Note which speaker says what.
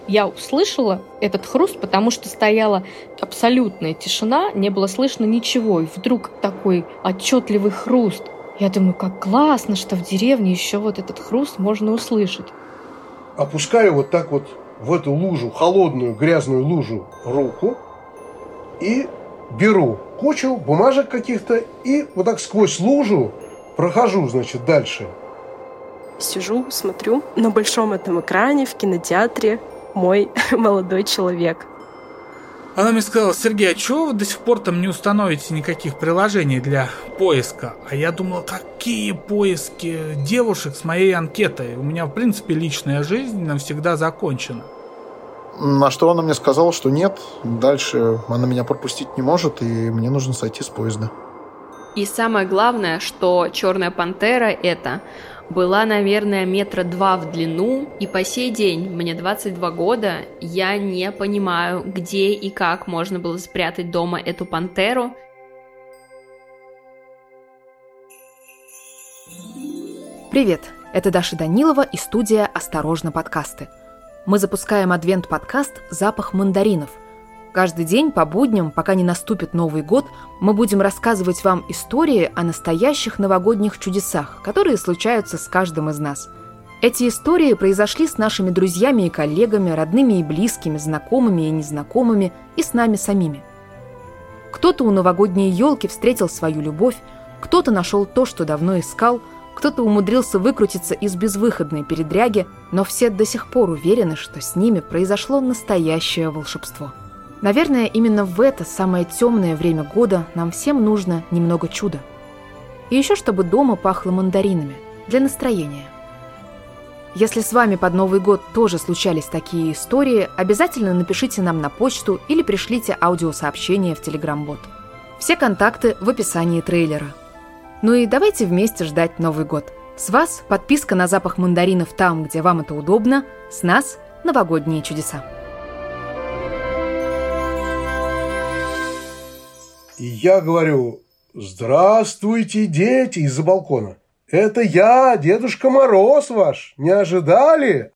Speaker 1: Я услышала этот хруст, потому что стояла абсолютная тишина, не было слышно ничего. И вдруг такой отчетливый хруст. Я думаю, как классно, что в деревне еще вот этот хруст можно услышать.
Speaker 2: Опускаю вот так вот в эту лужу, холодную, грязную лужу, руку и беру кучу бумажек каких-то и вот так сквозь лужу прохожу, значит, дальше.
Speaker 3: Сижу, смотрю на большом этом экране в кинотеатре мой молодой человек.
Speaker 4: Она мне сказала: Сергей, а чего вы до сих пор там не установите никаких приложений для поиска? А я думала, какие поиски девушек с моей анкетой? У меня, в принципе, личная жизнь навсегда закончена.
Speaker 5: На что она мне сказала, что нет, дальше она меня пропустить не может, и мне нужно сойти с поезда.
Speaker 6: И самое главное, что «Черная пантера» эта была, наверное, 2 метра в длину, и по сей день, мне 22 года, я не понимаю, где и как можно было спрятать дома эту пантеру.
Speaker 7: Привет, это Даша Данилова и студия «Осторожно, подкасты». Мы запускаем адвент-подкаст «Запах мандаринов». Каждый день по будням, пока не наступит Новый год, мы будем рассказывать вам истории о настоящих новогодних чудесах, которые случаются с каждым из нас. Эти истории произошли с нашими друзьями и коллегами, родными и близкими, знакомыми и незнакомыми, и с нами самими. Кто-то у новогодней елки встретил свою любовь, кто-то нашел то, что давно искал, кто-то умудрился выкрутиться из безвыходной передряги, но все до сих пор уверены, что с ними произошло настоящее волшебство. Наверное, именно в это самое темное время года нам всем нужно немного чуда. И еще чтобы дома пахло мандаринами, для настроения. Если с вами под Новый год тоже случались такие истории, обязательно напишите нам на почту или пришлите аудиосообщение в Telegram-бот. Все контакты в описании трейлера. Ну и давайте вместе ждать Новый год. С вас подписка на запах мандаринов там, где вам это удобно, с нас новогодние чудеса.
Speaker 2: И я говорю: здравствуйте, дети, из-за балкона. Это я, Дедушка Мороз ваш. Не ожидали?